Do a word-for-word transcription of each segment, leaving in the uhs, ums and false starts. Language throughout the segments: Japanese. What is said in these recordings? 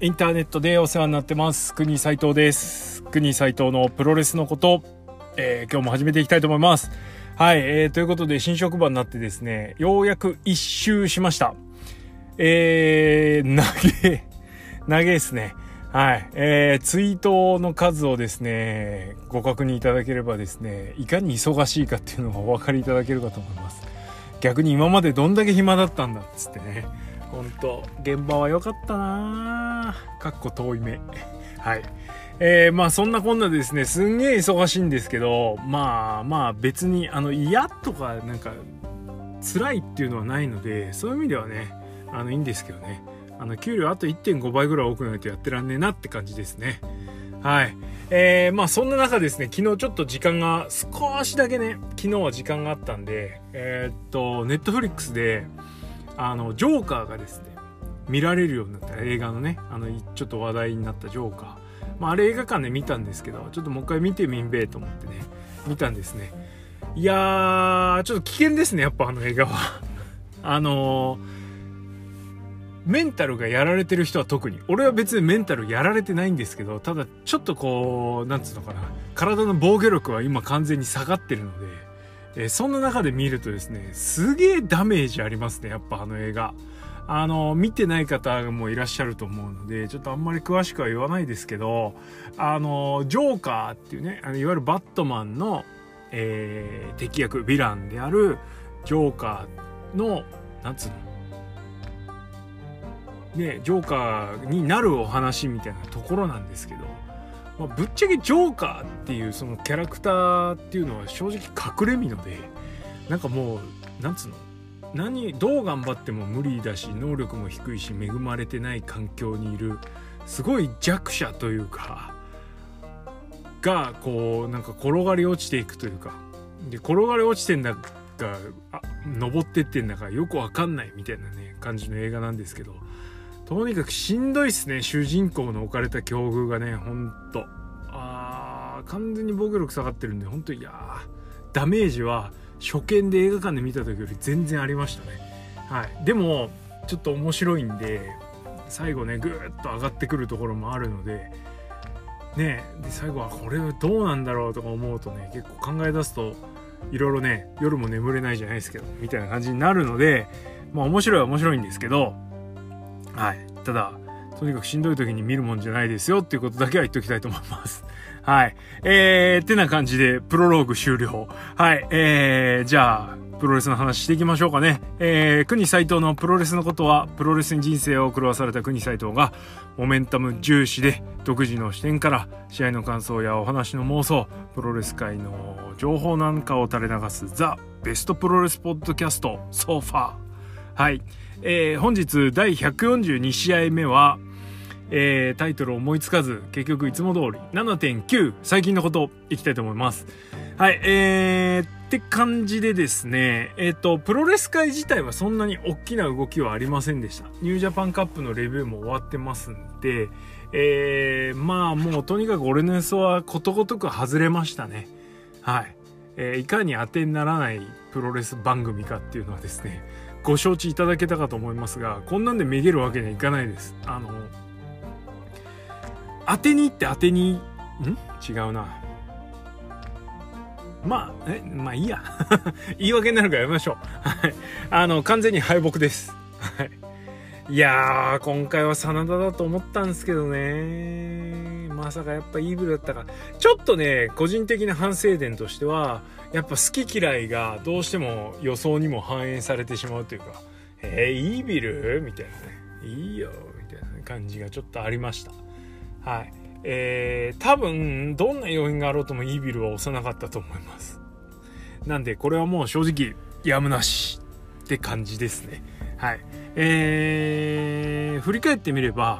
インターネットでお世話になってます国斉藤です。国斉藤のプロレスのこと、えー、今日も始めていきたいと思います。はい、えー、ということで新職場になってですね、ようやく一周しました。えー、長え長えですね。はい、えー、ツイートの数をですねご確認いただければですね、いかに忙しいかっていうのがお分かりいただけるかと思います。逆に今までどんだけ暇だったんだっつってね、本当現場は良かったなぁ、かっこ遠い目。はい、えー、まあそんなこんなですね、すんげえ忙しいんですけど、まあまあ別にあの嫌とかなんか辛いっていうのはないので、そういう意味ではね、あのいいんですけどね、あの給料あと いってんご 倍ぐらい多くないとやってらんねえなって感じですね。はい、えー、まあそんな中ですね、昨日ちょっと時間が少しだけね、昨日は時間があったんで、えー、っとネットフリックスであのジョーカーがですね見られるようになった映画のね、あのちょっと話題になったジョーカー、まあ、あれ映画館で見たんですけど、ちょっともう一回見てみんべえと思ってね見たんですね。いやーちょっと危険ですね、やっぱあの映画はあのーメンタルがやられてる人は特に、俺は別にメンタルやられてないんですけど、ただちょっとこうなんつうのかな、体の防御力は今完全に下がってるので、えー、そんな中で見るとですね、すげえダメージありますね、やっぱあの映画。あの見てない方もいらっしゃると思うので、ちょっとあんまり詳しくは言わないですけど、あのジョーカーっていうね、あのいわゆるバットマンの、えー、敵役ヴィランであるジョーカーのなんつうのね、ジョーカーになるお話みたいなところなんですけど、まあ、ぶっちゃけジョーカーっていうそのキャラクターっていうのは正直隠れ身ので、なんかもうなんつうの、何どう頑張っても無理だし、能力も低いし恵まれてない環境にいるすごい弱者というかがこうなんか転がり落ちていくというか、で転がり落ちてんだかあ登ってってんだかよくわかんないみたいなね感じの映画なんですけど、とにかくしんどいっすね、主人公の置かれた境遇がね、ほんとあー完全に防御力下がってるんで、ほんといやーダメージは初見で映画館で見た時より全然ありましたね。はい、でもちょっと面白いんで、最後ねぐーっと上がってくるところもあるのでね、で最後はこれどうなんだろうとか思うとね、結構考え出すといろいろね、夜も眠れないじゃないですけどみたいな感じになるので、まあ面白いは面白いんですけど、はい、ただとにかくしんどい時に見るもんじゃないですよっていうことだけは言っておきたいと思います。はい、えー、ってな感じでプロローグ終了。はい、えー、じゃあプロレスの話していきましょうかね。えー、国斉藤のプロレスのことは、プロレスに人生を狂わされた国斉藤がモメンタム重視で独自の視点から試合の感想やお話の妄想、プロレス界の情報なんかを垂れ流すザ・ベストプロレスポッドキャストソファー。はい、えー、本日だいひゃくよんじゅうに試合目は、えー、タイトル思いつかず結局いつも通り ななてんきゅう 最近のこといきたいと思います。はい、えー、って感じでですね、えっとプロレス界自体はそんなに大きな動きはありませんでした。ニュージャパンカップのレビューも終わってますんで、えー、まあもうとにかく俺の予想はことごとく外れましたね。はい、えー、いかに当てにならないプロレス番組かっていうのはですね、ご承知いただけたかと思いますが、こんなんでめげるわけにはいかないです。あの当てに行って当てにん違うな、まあえまあいいや言い訳になるからやめましょう。はい、あの完全に敗北です。はい、いやー今回は真田だと思ったんですけどね、まさかやっぱイーブルだったか。ちょっとね個人的な反省点としては、やっぱ好き嫌いがどうしても予想にも反映されてしまうというか、えー、イービルみたいなね、いいよみたいな感じがちょっとありました。はい、えー、多分どんな要因があろうともイービルは押さなかったと思います。なんでこれはもう正直やむなしって感じですね。はい、えー、振り返ってみれば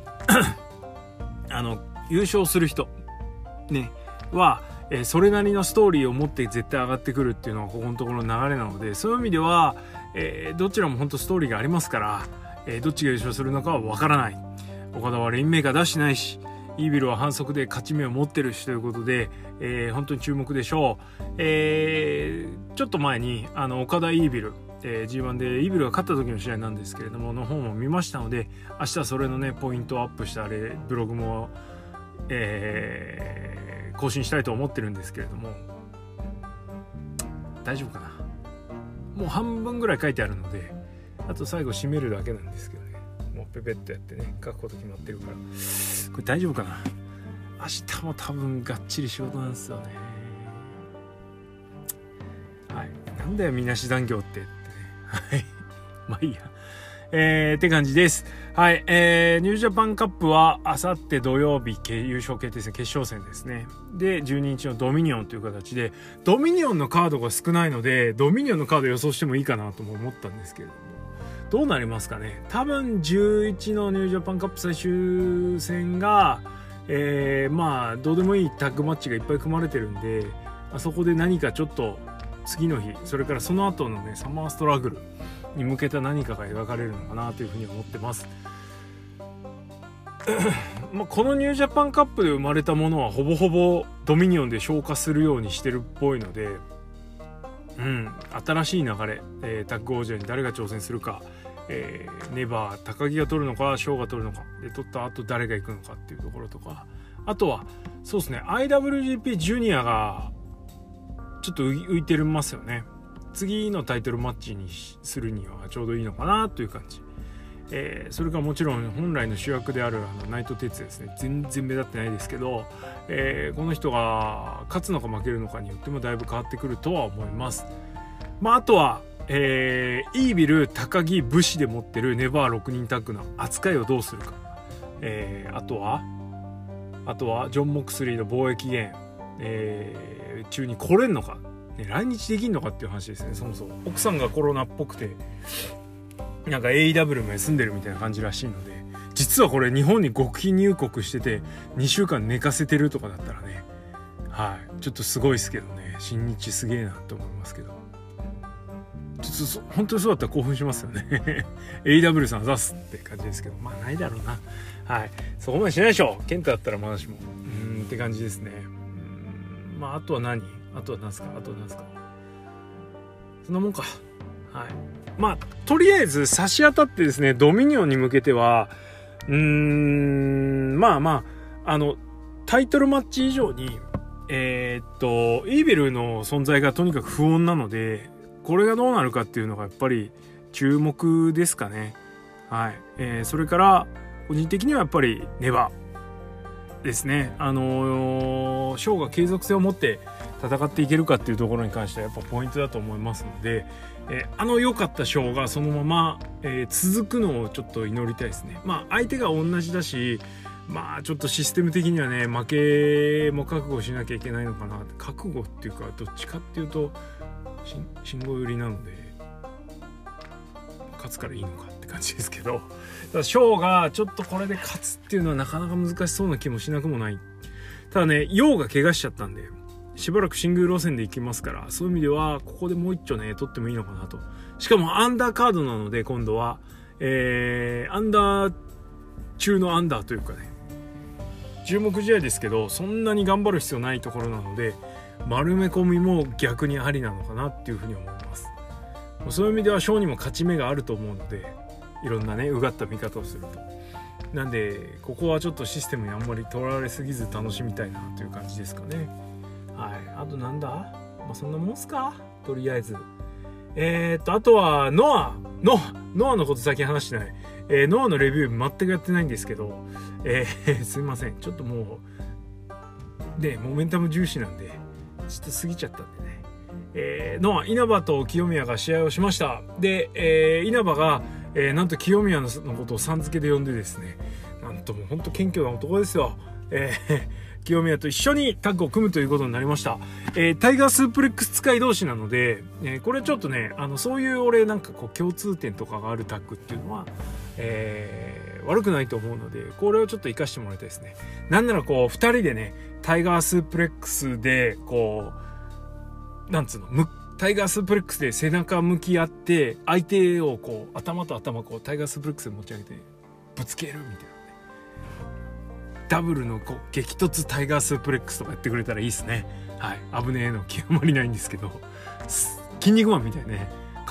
あの優勝する人ねは、えー、それなりのストーリーを持って絶対上がってくるっていうのがここのところの流れなので、そういう意味では、えー、どちらも本当ストーリーがありますから、えー、どっちが優勝するのかは分からない。岡田はレインメーカー出してないし、イービルは反則で勝ち目を持ってるしということで、えー、本当に注目でしょう。えー、ちょっと前にあの岡田イービルえー、ジーワン でイービルが勝った時の試合なんですけれどもの方も見ましたので、明日それのねポイントをアップしたあれブログも、えー、更新したいと思ってるんですけれども、大丈夫かな。もう半分ぐらい書いてあるので、あと最後締めるだけなんですけどね、もうペペッとやってね書くこと決まってるから、これ大丈夫かな。明日も多分がっちり仕事なんですよね。はい、なんだよみなし残業ってってね。はいまあいいや、えー、って感じです。はい、えー、ニュージャパンカップはあさって土曜日優勝決定戦決勝戦ですね。でじゅうににちのドミニオンという形で、ドミニオンのカードが少ないのでドミニオンのカード予想してもいいかなとも思ったんですけれども、どうなりますかね。多分じゅういちのニュージャパンカップ最終戦が、えー、まあどうでもいいタッグマッチがいっぱい組まれてるんで、あそこで何かちょっと次の日、それからその後のねサマーストラグルに向けた何かが描かれるのかなというふうに思ってますまあこのニュージャパンカップで生まれたものはほぼほぼドミニオンで消化するようにしてるっぽいので、うん、新しい流れ、えー、タッグ王者に誰が挑戦するか、えー、ネバー高木が取るのかショーが取るのかで、取った後誰が行くのかっていうところとか、あとはそうですね アイダブリュージーピー ジュニアがちょっと浮いてますよね。次のタイトルマッチにするにはちょうどいいのかなという感じ、えー、それからもちろん本来の主役であるあの内藤哲也ですね、全然目立ってないですけど、えー、この人が勝つのか負けるのかによってもだいぶ変わってくるとは思います。まああとは、えー、イービル高木武士で持ってるネバーろくにんタッグの扱いをどうするか、えー、あとはあとはジョン・モクスリーの貿易源、えー中に来れんのか、ね、来日できんのかっていう話ですね。そもそも奥さんがコロナっぽくてなんか エーイーダブリュー まで住んでるみたいな感じらしいので、実はこれ日本に極秘入国しててにしゅうかん寝かせてるとかだったらね、はいちょっとすごいですけどね、新日すげえなと思いますけど、ちょっと本当にそうだったら興奮しますよねエーイーダブリュー さん出すって感じですけど、まあないだろうな。はい、そこまでしないでしょう。ケンタだったらまだしもうーんって感じですね。まああとは何あとは何ですかあとは何ですかそんなもんか。はい、まあとりあえず差し当たってですね、ドミニオンに向けてはうーんまあまああのタイトルマッチ以上にえー、っとイーベルの存在がとにかく不穏なので、これがどうなるかっていうのがやっぱり注目ですかね。はい、えー、それから個人的にはやっぱりネバですね。あのー、ショーが継続性を持って戦っていけるかっていうところに関してはやっぱポイントだと思いますので、えー、あの良かったショーがそのまま、えー、続くのをちょっと祈りたいですね。まあ相手が同じだし、まあちょっとシステム的にはね負けも覚悟しなきゃいけないのかな。覚悟っていうかどっちかっていうと信号寄りなので勝つからいいのかって感じですけど、ただショーがちょっとこれで勝つっていうのはなかなか難しそうな気もしなくもない。ただねヨウが怪我しちゃったんでしばらくシングル路線で行きますから、そういう意味ではここでもう一丁ね取ってもいいのかなと。しかもアンダーカードなので今度は、えー、アンダー中のアンダーというかね注目試合ですけど、そんなに頑張る必要ないところなので丸め込みも逆にありなのかなっていうふうに思います。そういう意味ではショーにも勝ち目があると思うので、いろんなねうがった見方をすると。なんでここはちょっとシステムにあんまり取られすぎず楽しみたいなという感じですかね。はい、あとなんだ、まあ、そんなもんすかとりあえず。えー、っとあとはノアノアノアのこと最近話してない、えー、ノアのレビュー全くやってないんですけど、えー、すいませんちょっともうでモメンタム重視なんでちょっと過ぎちゃったんでね。えー、ノア稲葉と清宮が試合をしました。で、えー、稲葉が、えー、なんと清宮のことをさん付けで呼んでですね、なんともうほんと謙虚な男ですよ。えー、清宮と一緒にタッグを組むということになりました。えー、タイガースープレックス使い同士なので、えー、これちょっとねあのそういう俺なんかこう共通点とかがあるタッグっていうのは、えー、悪くないと思うので、これをちょっと活かしてもらいたいですね。なんならこうふたりでねタイガースープレックスでこうなんつうのタイガースープレックスで背中向き合って相手をこう頭と頭こうタイガースープレックスで持ち上げてぶつけるみたいなね、ダブルのこう激突タイガースープレックスとかやってくれたらいいですね。はい、危ねえの極まりないんですけど、筋肉マンみたいねか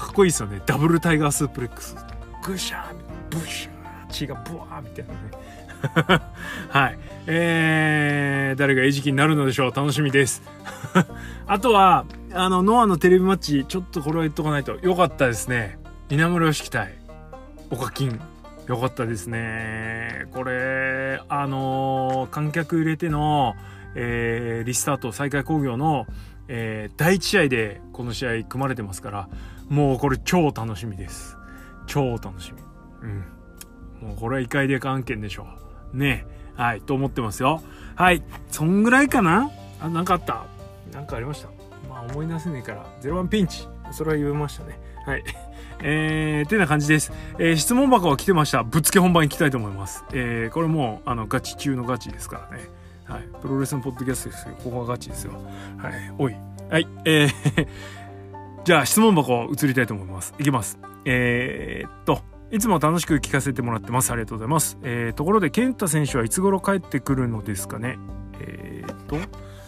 っこいいですよね。ダブルタイガースープレックス、グシャーブシュー、血がブワーみたいなねはい、えー、誰が餌食になるのでしょう。楽しみですあとはあのノアのテレビマッチ、ちょっとこれは言っとかないと。よかったですね。稲村良樹対オカキン、よかったですね。これあのー、観客入れての、えー、リスタート再開興行の、えー、だいいち試合でこの試合組まれてますから、もうこれ超楽しみです。超楽しみ。うん。もうこれは異界で案件でしょう。ねえ。はい。と思ってますよ。はい。そんぐらいかな。あ、なんかあった。なんかありました。まあ思い出せねえから。ゼロワンピンチ。それは言えましたね。はい。えー、てな感じです。えー、質問箱は来てました。ぶっつけ本番行きたいと思います。えー、これもう、あの、ガチ中のガチですからね。はい。プロレスのポッドキャストですよ。ここはガチですよ。はい。おい。はい。えー、じゃあ質問箱移りたいと思います。いきます。えー、っと、いつも楽しく聞かせてもらってます。ありがとうございます。えー、ところで、健太選手はいつ頃帰ってくるのですかね。えー、っと、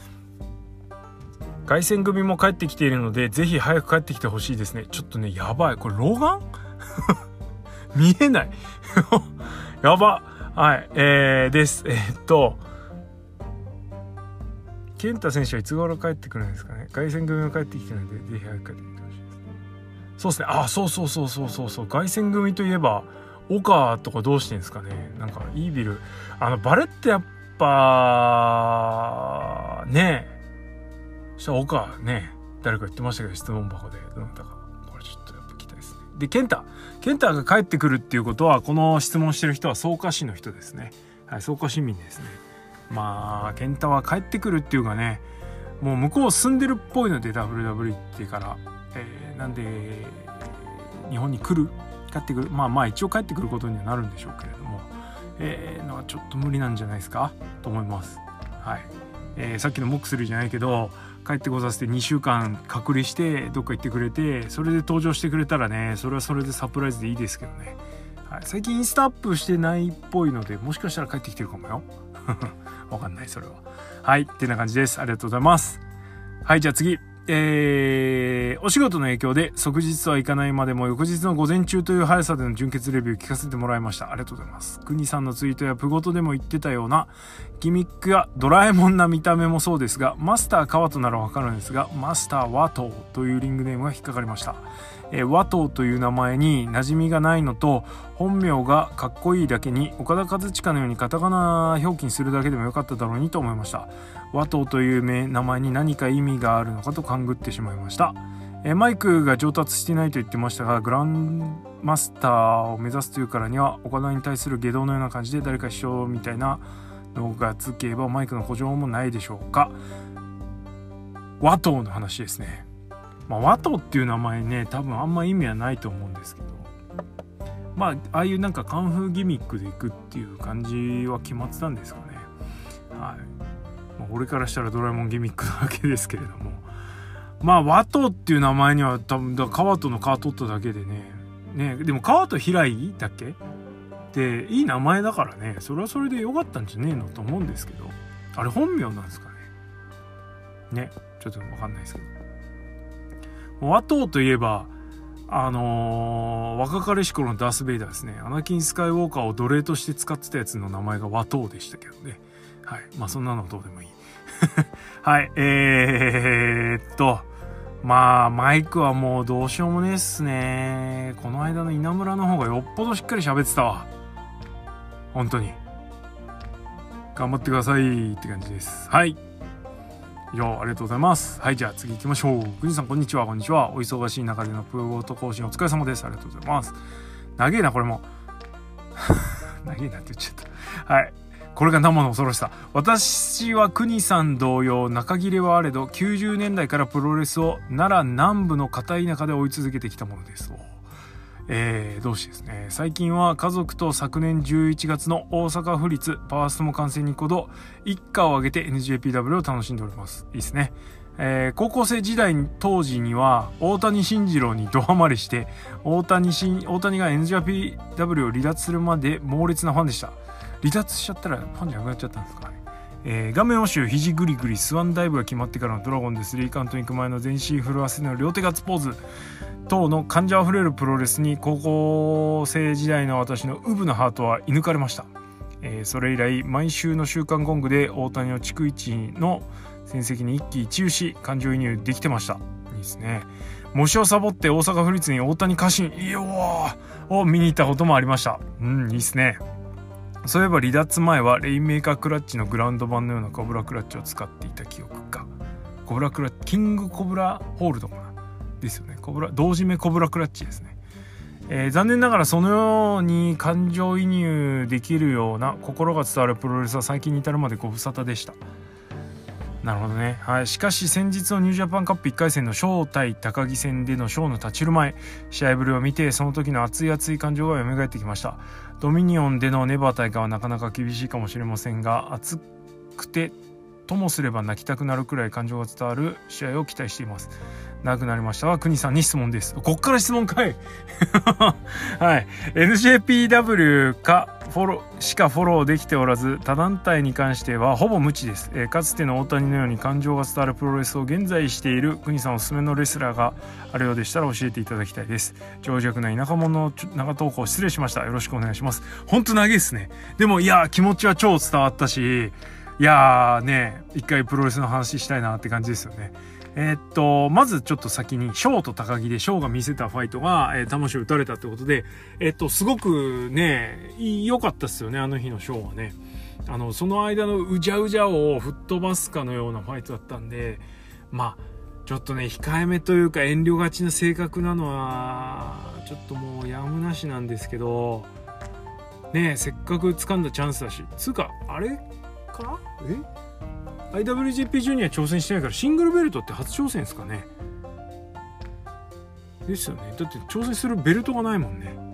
凱旋組も帰ってきているので、ぜひ早く帰ってきてほしいですね。ちょっとね、やばい。これ老眼見えないやば。はい。えー、です。えー、っと、健太選手はいつ頃帰ってくるんですかね。凱旋組も帰ってきてるので、ぜひ早く帰ってきてほしいですね。そうですね。あ、そうそうそうそうそうそう。凱旋組といえば、岡とかどうしてんですかね。なんか、イービル。あの、バレってやっぱ、ねえ。そしたら岡ね、誰か言ってましたけど、質問箱で。どなたか。これちょっとやっぱ聞きたいですね。で、健太。健太が帰ってくるっていうことは、この質問してる人は草加市の人ですね。はい、草加市民ですね。まあ健太は帰ってくるっていうかね、もう向こう住んでるっぽいので ダブリューダブリュー ってから、えー、なんで日本に来る帰ってくる、まあまあ一応帰ってくることにはなるんでしょうけれども、えー、のはちょっと無理なんじゃないですかと思います。はい、えー、さっきのモックスリーじゃないけど、帰ってこさせてにしゅうかん隔離してどっか行ってくれて、それで登場してくれたらね、それはそれでサプライズでいいですけどね。はい、最近インスタアップしてないっぽいので、もしかしたら帰ってきてるかもよわかんない、それは。はい、ってな感じです。ありがとうございます。はい、じゃあ次。えー、お仕事の影響で即日はいかないまでも翌日の午前中という速さでの準決レビュー聞かせてもらいました。ありがとうございます。国さんのツイートやプゴトでも言ってたようなギミックやドラえもんな見た目もそうですが、マスターカワトならわかるんですが、マスターワトウというリングネームが引っかかりました。えー、ワトウという名前に馴染みがないのと、本名がかっこいいだけに岡田和親のようにカタカナ表記にするだけでもよかっただろうにと思いました。ワトウという名前に何か意味があるのかと勘ぐってしまいました。えー、マイクが上達していないと言ってましたが、グランマスターを目指すというからには岡田に対する下道のような感じで誰か師匠みたいなのがつけばマイクの補助もないでしょうか。ワトウの話ですね。まあ、ワトウっていう名前ね、多分あんま意味はないと思うんですけど、まあああいうなんかカンフーギミックでいくっていう感じは決まってたんですかね。はい、まあ、俺からしたらドラえもんギミックなわけですけれども、まあワトウっていう名前には多分だカワトのカ取っただけでね、ね、でもカワト平井だっけっていい名前だからね、それはそれで良かったんじゃねえのと思うんですけど、あれ本名なんですかね。ね、ちょっと分かんないですけど。ワトウといえばあのー、若かりし頃のダース・ベイダーですね。アナキン・スカイウォーカーを奴隷として使ってたやつの名前がワトウでしたけどね。はい、まあそんなのどうでもいいはい、えー、っとまあマイクはもうどうしようもねえっすね。この間の稲村の方がよっぽどしっかり喋ってたわ。本当に頑張ってくださいって感じです。はい、以上ありがとうございます。はい、じゃあ次行きましょう。国さんこんにちは。こんにちは。お忙しい中でのプロゴート更新お疲れ様です。ありがとうございます。長えなこれも長えなって言っちゃった。はい、これが生の恐ろしさ。私は国さん同様中切れはあれどきゅうじゅうねんだいからプロレスを奈良南部の片田舎で追い続けてきたものです。えー、どうしてですね、最近は家族と昨年じゅういちがつの大阪府立パワーストも観戦に行くほど一家を挙げて エヌジェーピーダブリュー を楽しんでおります。いいですね。えー、高校生時代当時には大谷慎次郎にドハマりして大谷し大谷が エヌジェーピーダブリュー を離脱するまで猛烈なファンでした。離脱しちゃったらファンじゃなくなっちゃったんですかね。えー、画面押し肘グリグリスワンダイブが決まってからのドラゴンでスリーカウントに行く前の全身震わせの両手ガッツポーズ等の感情あふれるプロレスに高校生時代の私のウブなハートは射抜かれました。えー、それ以来毎週の週刊ゴングで大谷の逐一の戦績に一喜一憂し感情移入できてました。いいですね。模試をサボって大阪府立に大谷家臣いいよを見に行ったこともありました。うん、いいですね。そういえば離脱前はレインメーカークラッチのグラウンド版のようなコブラクラッチを使っていた記憶が。コブラクラッチ、キングコブラホールドかなですよね。コブラ同時目コブラクラッチですね。えー、残念ながらそのように感情移入できるような心が伝わるプロレスは最近に至るまでご無沙汰でした。なるほどね。はい。しかし先日のニュージャパンカップいっかい戦のショー対高木戦でのショーの立ちる前、試合ぶりを見てその時の熱い熱い感情が蘇ってきました。ドミニオンでのネバー大会はなかなか厳しいかもしれませんが、熱くてともすれば泣きたくなるくらい感情が伝わる試合を期待しています。長くなりましたが、国さんに質問です。こっから質問かいはい。エヌジェーピーダブリュー かフォローしかフォローできておらず、他団体に関してはほぼ無知です。えー、かつての大谷のように感情が伝わるプロレスを現在している国さんおすすめのレスラーがあるようでしたら教えていただきたいです。長尺な田舎者の長投稿失礼しました。よろしくお願いします。ほんと長いですね。でもいや気持ちは超伝わったし、いやーね、一回プロレスの話したいなって感じですよね。えー、っとまずちょっと先にショーと高木でショーが見せたファイトが、えー、魂を打たれたってことで、えー、っとすごくね良かったですよね。あの日のショーはね、あのその間のうじゃうじゃを吹っ飛ばすかのようなファイトだったんで、まあちょっとね控えめというか遠慮がちな性格なのはちょっともうやむなしなんですけどね、せっかく掴んだチャンスだし、つうかあれかえアイダブリュージーピー ジュニア挑戦してないからシングルベルトって初挑戦ですかね。ですよね。だって挑戦するベルトがないもんね。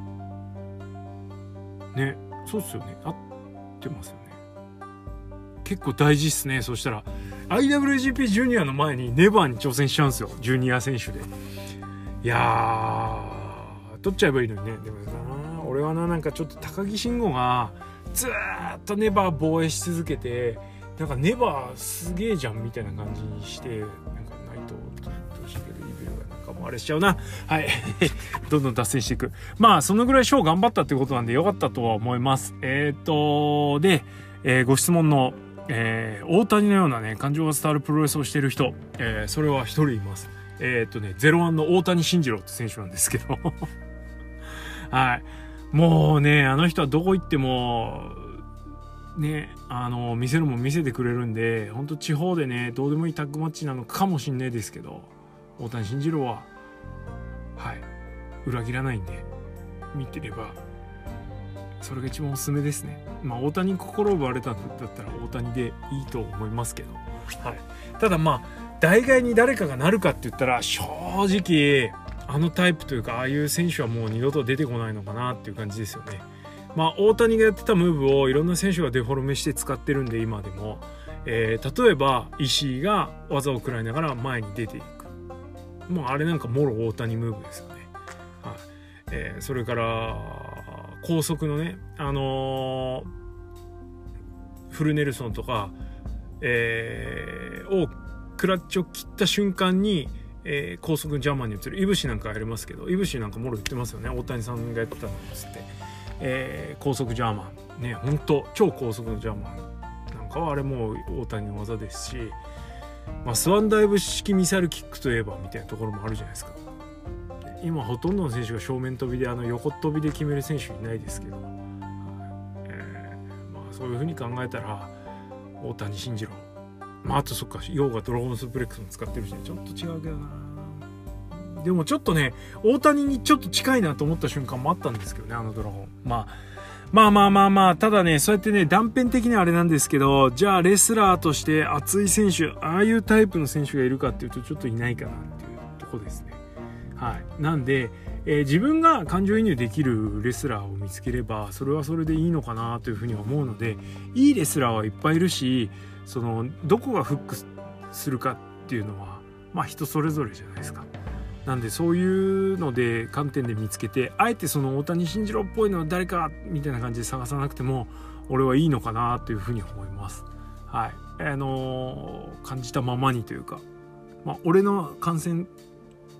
ね、そうっすよね。合ってますよね。結構大事っすね。そしたら アイダブリュージーピー ジュニアの前にネバーに挑戦しちゃうんですよ。ジュニア選手で。いやー取っちゃえばいいのにね。でもな、俺はな、なんかちょっと高木慎吾がずーっとネバー防衛し続けて、なんかネバーすげえじゃんみたいな感じにして、なんかナイトとシゲルイベルがなんかもうあれしちゃうな。はいどんどん脱線していく。まあそのぐらいショー頑張ったってことなんでよかったとは思います。えっとで、えー、ご質問の、えー、大谷のようなね感情が伝わるプロレスをしている人、えー、それは一人います。えっとねゼロワンの大谷慎次郎って選手なんですけどはい、もうねあの人はどこ行ってもね、あの見せるもん見せてくれるんで、本当地方でねどうでもいいタッグマッチなのかもしんないですけど、大谷慎次郎ははい裏切らないんで見てればそれが一番おすすめですね。まあ大谷に心を奪われたんだったら大谷でいいと思いますけど、はい、ただまあ代替に誰かがなるかって言ったら正直あのタイプというかああいう選手はもう二度と出てこないのかなっていう感じですよね。まあ、大谷がやってたムーブをいろんな選手がデフォルメして使ってるんで今でも、えー、例えば石井が技を食らいながら前に出ていく、もうあれなんかもろ大谷ムーブですよね。はい、えー、それから高速のね、あのー、フルネルソンとか、えー、をクラッチを切った瞬間に、えー、高速ジャーマンに移るいぶしなんかやりますけど、いぶしなんかもろ言ってますよね。大谷さんがやってたのつって。えー、高速ジャーマンね、ほんと超高速のジャーマンなんかはあれもう大谷の技ですし、まあ、スワンダイブ式ミサイルキックといえばみたいなところもあるじゃないですか。今ほとんどの選手が正面飛びであの横飛びで決める選手いないですけど、はい、えーまあ、そういう風に考えたら大谷慎次郎、まああとそっかヨウがドラゴンスープレックスも使ってるし、ね、ちょっと違うけどな。でもちょっとね大谷にちょっと近いなと思った瞬間もあったんですけどね、あのドラゴン。まあまあまあまあまあただねそうやってね断片的にはあれなんですけど、じゃあレスラーとして熱い選手、ああいうタイプの選手がいるかっていうとちょっといないかなっていうとこですね。はい、なんで、えー、自分が感情移入できるレスラーを見つければそれはそれでいいのかなというふうに思うので、いいレスラーはいっぱいいるし、そのどこがフックするかっていうのはまあ人それぞれじゃないですか。なんでそういうので観点で見つけて、あえてその大谷慎次郎っぽいのは誰かみたいな感じで探さなくても俺はいいのかなというふうに思います。はい、あのー、感じたままにというか、まあ、俺の観戦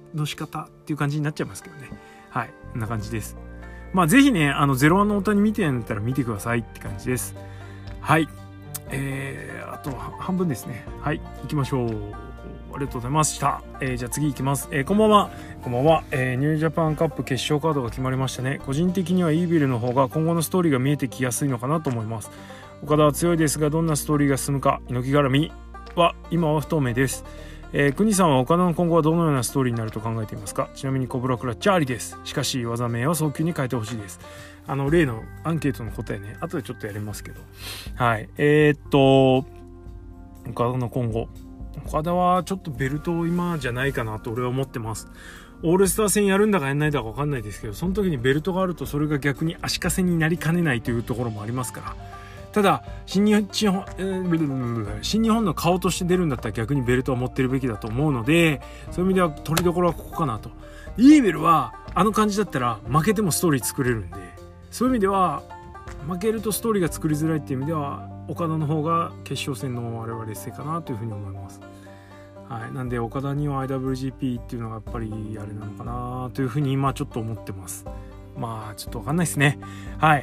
の仕方っていう感じになっちゃいますけどね。はい、こんな感じです。まあぜひね、あのゼロワンの大谷見てんだったら見てくださいって感じです。はい、えー、あと半分ですね。はい、行きましょう。ありがとうございました。えー、じゃあ次行きます。えー、こんばんは。こんばんは。えー、ニュージャパンカップ決勝カードが決まりましたね。個人的にはイービルの方が今後のストーリーが見えてきやすいのかなと思います。岡田は強いですが、どんなストーリーが進むか猪木絡みは今は不透明です。えー、国さんは岡田の今後はどのようなストーリーになると考えていますか？ちなみにコブラクラッチャーリです。しかし技名は早急に変えてほしいです。あの例のアンケートの答えね、後でちょっとやりますけど、はい、えー、っと岡田の今後、岡田はちょっとベルト今じゃないかなと俺は思ってます。オールスター戦やるんだかやんないんだか分かんないですけど、その時にベルトがあるとそれが逆に足かせになりかねないというところもありますから。ただ新日本、えー、新日本の顔として出るんだったら逆にベルトを持ってるべきだと思うので、そういう意味では取りどころはここかなと。イーベルはあの感じだったら負けてもストーリー作れるんで、そういう意味では負けるとストーリーが作りづらいっていう意味では岡田の方が決勝戦の我々劣勢かなというふうに思います。はい、なんで岡田には アイダブリュージーピー っていうのがやっぱりあれなのかなというふうに今ちょっと思ってます。まあちょっと分かんないですね。はい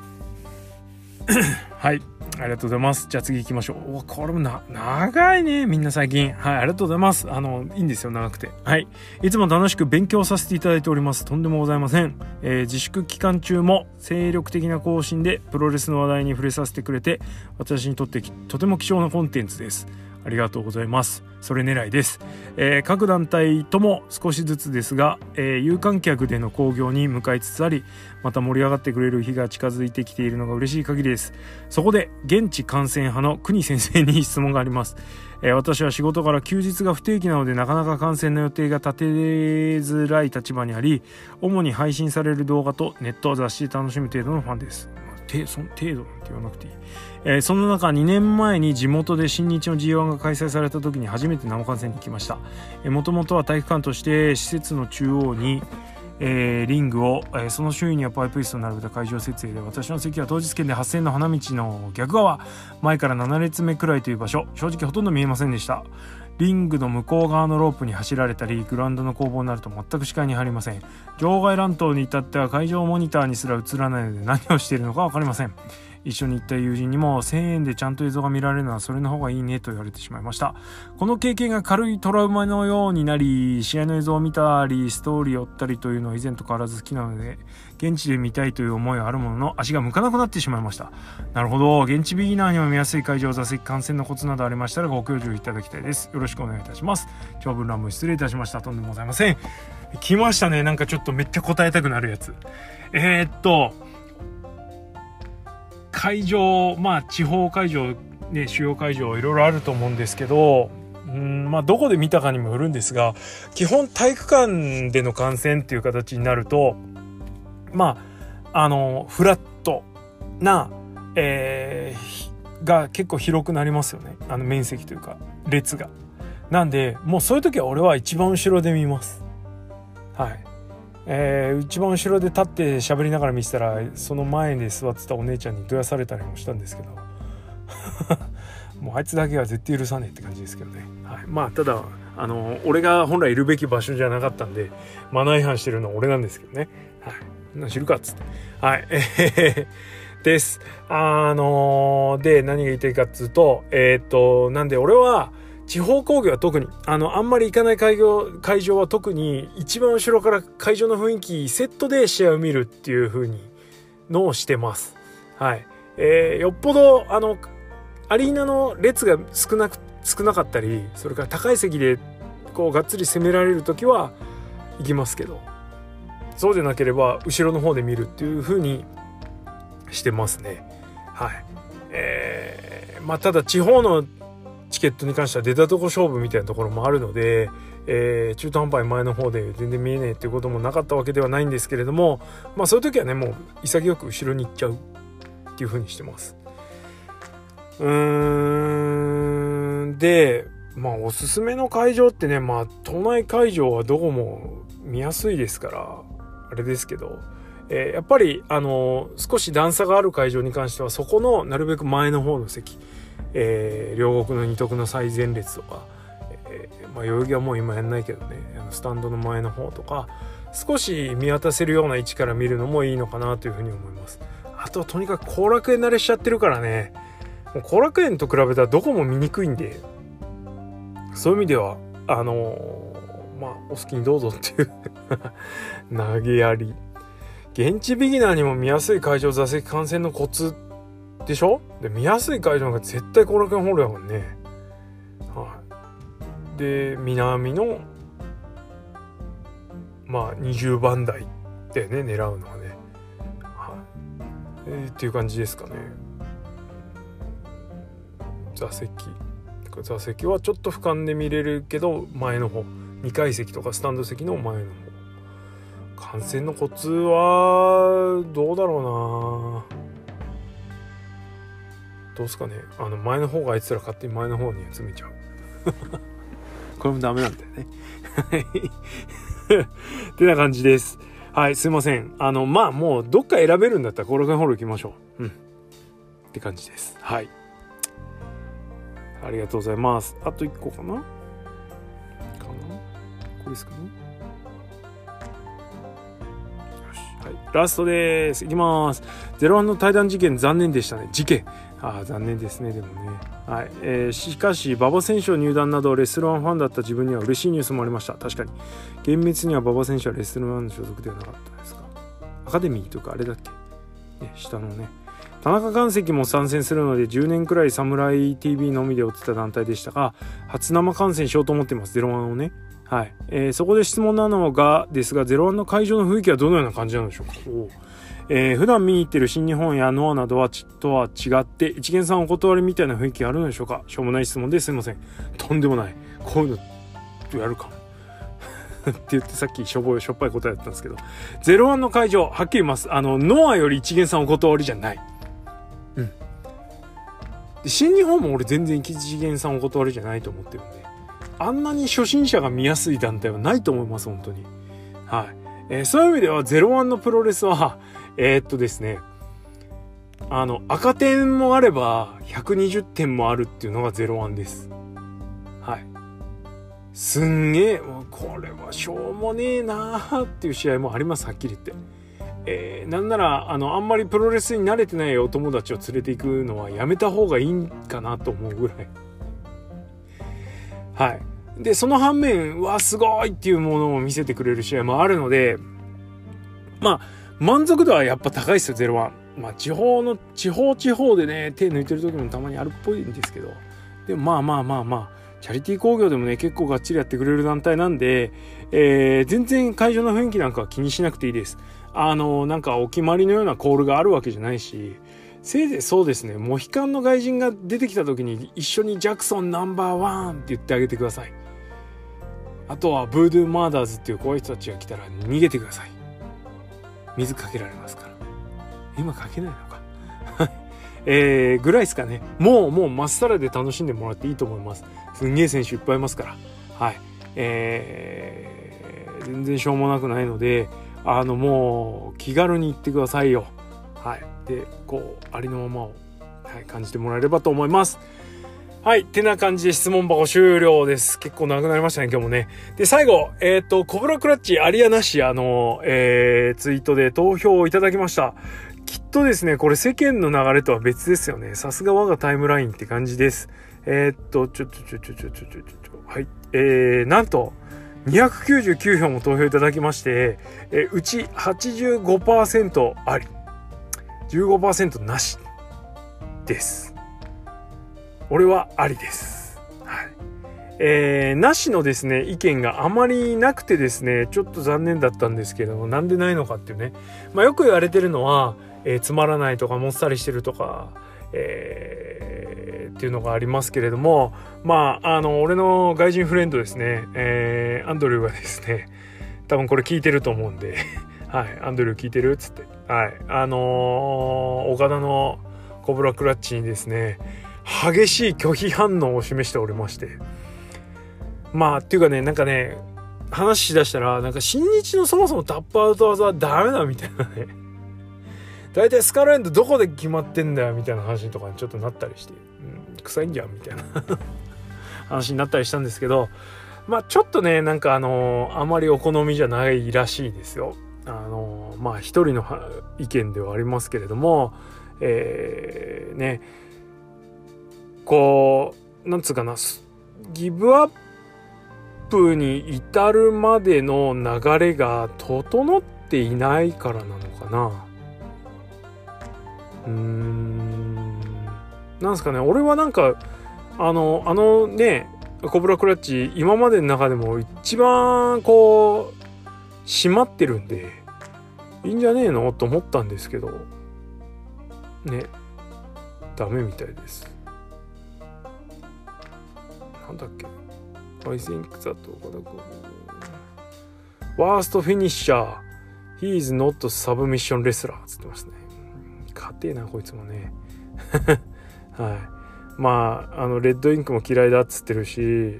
はい、ありがとうございます。じゃあ次行きましょう。お、これもな長いね、みんな最近。はい、ありがとうございます。あのいいんですよ、長くて。はい、いつも楽しく勉強させていただいております。とんでもございません。えー、自粛期間中も精力的な更新でプロレスの話題に触れさせてくれて、私にとってとても貴重なコンテンツです。ありがとうございます。それ狙いです。えー、各団体とも少しずつですが、えー、有観客での興行に向かいつつあり、また盛り上がってくれる日が近づいてきているのが嬉しい限りです。そこで現地観戦派の国先生に質問があります。えー、私は仕事から休日が不定期なのでなかなか観戦の予定が立てづらい立場にあり、主に配信される動画とネット雑誌で楽しむ程度のファンです。てその程度なんて言わなくていい。えー、その中にねんまえに地元で新日の ジーワン が開催された時に初めて生観戦に行きました。もともとは体育館として施設の中央に、えー、リングを、えー、その周囲にはパイプ椅子を並べた会場設営で、私の席は当日券ではっせんえんの花道の逆側、前からなな列目くらいという場所、正直ほとんど見えませんでした。リングの向こう側のロープに走られたり、グラウンドの攻防になると全く視界に入りません。場外乱闘に至っては会場モニターにすら映らないので何をしているのか分かりません。一緒に行った友人にもせんえんでちゃんと映像が見られるのはそれの方がいいねと言われてしまいました。この経験が軽いトラウマのようになり、試合の映像を見たりストーリーを追ったりというのは以前と変わらず好きなので、現地で見たいという思いはあるものの足が向かなくなってしまいました。なるほど、現地ビギナーにも見やすい会場座席観戦のコツなどありましたらご教授いただきたいです。よろしくお願いいたします。長文乱文失礼いたしました。とんでもございません。来ましたね、なんかちょっとめっちゃ答えたくなるやつ。えー、っと会場、まあ地方会場ね、主要会場いろいろあると思うんですけど、うん、まあどこで見たかにもよるんですが、基本体育館での観戦っていう形になると、まああのフラットな、えー、が結構広くなりますよね。あの面積というか列が。なんでもうそういう時は俺は一番後ろで見ます。はい。えー、一番後ろで立って喋りながら見てたら、その前で座ってたお姉ちゃんにどやされたりもしたんですけどもうあいつだけは絶対許さねえって感じですけどね。はい、まあただあの俺が本来いるべき場所じゃなかったんでマナー違反してるのは俺なんですけどね。はい、何知るかっつって。はい、えー、ですあのー、で何が言いたいかっつうと、えっとなんで俺は地方興行は特にあのあんまり行かない会場、会場は特に一番後ろから会場の雰囲気セットで試合を見るっていう風にのをしてます。はい、えー、よっぽどあのアリーナの列が少なく少なかったり、それから高い席でこうがっつり攻められる時は行きますけど、そうでなければ後ろの方で見るっていう風にしてますね。はい、えー、まあただ地方のチケットに関しては出たとこ勝負みたいなところもあるので、えー、中途半端に前の方で全然見えねえっていうこともなかったわけではないんですけれども、まあそういう時はねもう潔く後ろに行っちゃうっていう風にしてます。うーんでまあおすすめの会場ってね、まあ都内会場はどこも見やすいですからあれですけど、えー、やっぱりあのー、少し段差がある会場に関してはそこのなるべく前の方の席、えー、両国の二徳の最前列とか、 えー、まあ代々木はもう今やんないけどね、あのスタンドの前の方とか少し見渡せるような位置から見るのもいいのかなというふうに思います。あととにかく後楽園慣れしちゃってるからね、もう後楽園と比べたらどこも見にくいんで、そういう意味ではあのー、まあお好きにどうぞっていう投げやり。現地ビギナーにも見やすい会場座席観戦のコツでしょ。で見やすい会場なんか絶対後楽園ホールだもんね。はい。で南のまあにじゅうばん台でね狙うのはね、はい、えー、っていう感じですかね。座席座席はちょっと俯瞰で見れるけど前の方、にかい席とかスタンド席の前の方。観戦のコツはどうだろうな、どうすかね。あの前の方があいつら勝手に前の方に集めちゃうこれもダメなんだよねってな感じです。はい、すいません。あのまあもうどっか選べるんだったら後楽園ホール行きましょう。うんって感じです。はい、ありがとうございます。あといっこかなかな、これですかね。はい、ラストです。いきます。ゼロワンの対談事件残念でしたね。事件。ああ残念ですね。でもね。はい。えー、しかし馬場選手の入団などレストランファンだった自分には嬉しいニュースもありました。確かに。厳密には馬場選手はレストランの所属ではなかったですか。アカデミーとかあれだっけ。ね、下のね。田中関石も参戦するのでじゅうねんくらいサムライ ティーブイ のみで追ってた団体でしたが、初生観戦しようと思ってます。ゼロワンをね。はい、えー、そこで質問なのがですが、ゼロワンの会場の雰囲気はどのような感じなんでしょうか。お、えー、普段見に行ってる新日本やノアなどはちとは違って一元さんお断りみたいな雰囲気あるのでしょうか。しょうもない質問ですいません。とんでもない。こういうのやるかもって言ってさっきしょぼいしょっぱい答えだったんですけど、ゼロワンの会場はっきり言います。あのノアより一元さんお断りじゃない。うん。で新日本も俺全然一元さんお断りじゃないと思ってるんで。あんなに初心者が見やすい団体はないと思います本当に。はい、えー、そういう意味ではゼロワンのプロレスはえー、っとですねあの赤点もあればひゃくにじゅってんもあるっていうのがゼロワンです。はい、すんげえこれはしょうもねえなーっていう試合もあります。はっきり言って、えー、なんならあのあんまりプロレスに慣れてないお友達を連れていくのはやめた方がいいんかなと思うぐらい。はい。でその反面はすごいっていうものを見せてくれる試合もあるので、まあ満足度はやっぱ高いですよゼロワン。まあ地方の地方地方でね手抜いてる時もたまにあるっぽいんですけど、でもまあまあまあまあチャリティー興行でもね結構がっちりやってくれる団体なんで、えー、全然会場の雰囲気なんかは気にしなくていいです。あのなんかお決まりのようなコールがあるわけじゃないし、せいぜいそうですねモヒカンの外人が出てきた時に一緒にジャクソンナンバーワンって言ってあげてください。あとはブードゥーマーダーズっていう怖い人たちが来たら逃げてください。水かけられますから。今かけないのかえー、ぐらいですかね。もうもうまっさらで楽しんでもらっていいと思います。すんげえ選手いっぱいいますから。はい、えー、全然しょうもなくないので、あのもう気軽に行ってくださいよ。はい、でこうありのままを、はい、感じてもらえればと思います。はい。ってな感じで質問箱終了です。結構長くなりましたね、今日もね。で、最後、えっと、コブラクラッチありやなし、あの、えー、ツイートで投票をいただきました。きっとですね、これ世間の流れとは別ですよね。さすが我がタイムラインって感じです。えー、っと、ちょちょちょちょちょちょちょちょ、はい。えー、なんと、にひゃくきゅうじゅうきゅうひょうも投票いただきまして、えー、うち はちじゅうごパーセント あり、じゅうごパーセント なしです。俺はありです。はい。えー、なしのですね、意見があまりなくてですね、ちょっと残念だったんですけども、なんでないのかっていうね。まあよく言われてるのは、えー、つまらないとかもっさりしてるとか、えー、っていうのがありますけれども、まあ、あの、俺の外人フレンドですね、えー、アンドリューがですね、多分これ聞いてると思うんで、はい、アンドリュー聞いてるっつって、はい、あのー、岡田のコブラクラッチにですね、激しい拒否反応を示しておりまして、まあっていうかね、なんかね話しだしたらなんか新日のそもそもタップアウト技はダメだみたいなね、だいたいスカルエンドどこで決まってんだよみたいな話とかにちょっとなったりして、うん、臭いんじゃんみたいな話になったりしたんですけど、まあちょっとねなんかあのあまりお好みじゃないらしいですよ。あのまあ一人の意見ではありますけれども、えー、ねこうなんつうかな、ギブアップに至るまでの流れが整っていないからなのかな。うーんなんすかね、俺はなんかあのあのねコブラクラッチ今までの中でも一番こう締まってるんでいいんじゃねえのと思ったんですけどね、ダメみたいです。なんだっけ I think that ワーストフィニッシャー He is not submission wrestler つってますね。勝てえなこいつもねはい、まああのレッドインクも嫌いだっつってるし、うん、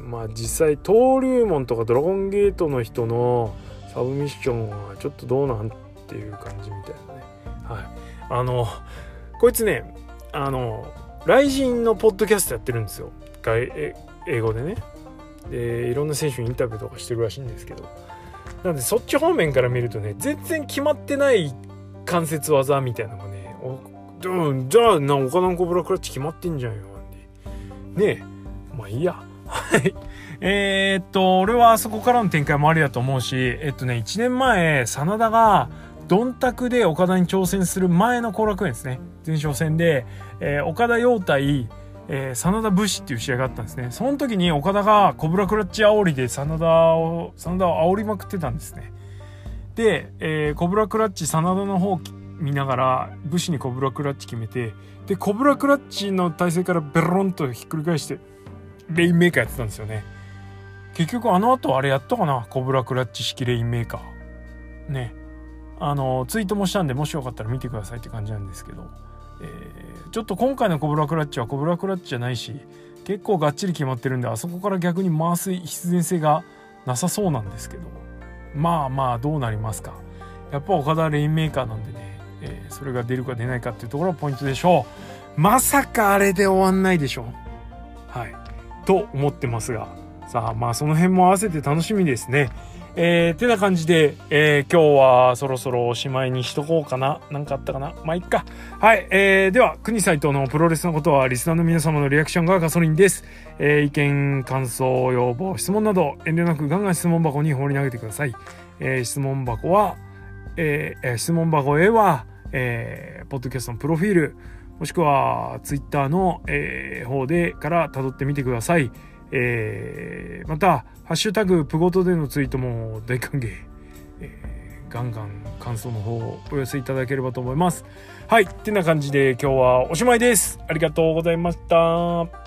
まあ実際登竜門とかドラゴンゲートの人のサブミッションはちょっとどうなんっていう感じみたいなね。はい、あのこいつねあの雷神のポッドキャストやってるんですよ、英語でね。でいろんな選手にインタビューとかしてるらしいんですけど、なんでそっち方面から見るとね全然決まってない関節技みたいなのがね、おじゃあな岡田のコブラクラッチ決まってんじゃんよねえ、まあいいやはいえー、っと俺はあそこからの展開もありだと思うし、えっとねいちねんまえ真田がドンタクで岡田に挑戦する前の後楽園ですね、前哨戦で、えー、岡田陽対、えー、真田武士っていう試合があったんですね。その時に岡田がコブラクラッチ煽りで真田を真田を煽りまくってたんですね。で、えー、コブラクラッチ真田の方見ながら武士にコブラクラッチ決めて、でコブラクラッチの体勢からベロンとひっくり返してレインメーカーやってたんですよね。結局あの後あれやったかな、コブラクラッチ式レインメーカーね。あのツイートもしたんでもしよかったら見てくださいって感じなんですけど、えー、ちょっと今回のコブラクラッチはコブラクラッチじゃないし結構がっちり決まってるんで、あそこから逆に回す必然性がなさそうなんですけど、まあまあどうなりますか。やっぱ岡田レインメーカーなんでね、えー、それが出るか出ないかっていうところがポイントでしょう。まさかあれで終わんないでしょう、はいと思ってますが、さあまあその辺も合わせて楽しみですね。えー、てな感じで、えー、今日はそろそろおしまいにしとこうかな。なんかあったかな、まあいっか。はい、えー、では国斉藤のプロレスのことはリスナーの皆様のリアクションがガソリンです。えー、意見感想要望質問など遠慮なくガンガン質問箱に放り投げてください。えー、質問箱は、えー、質問箱へは、えー、ポッドキャストのプロフィールもしくはツイッターの、えー、方でから辿ってみてください。えー、またハッシュタグプゴトでのツイートも大歓迎、えー、ガンガン感想の方をお寄せいただければと思います。はいってな感じで今日はおしまいです。ありがとうございました。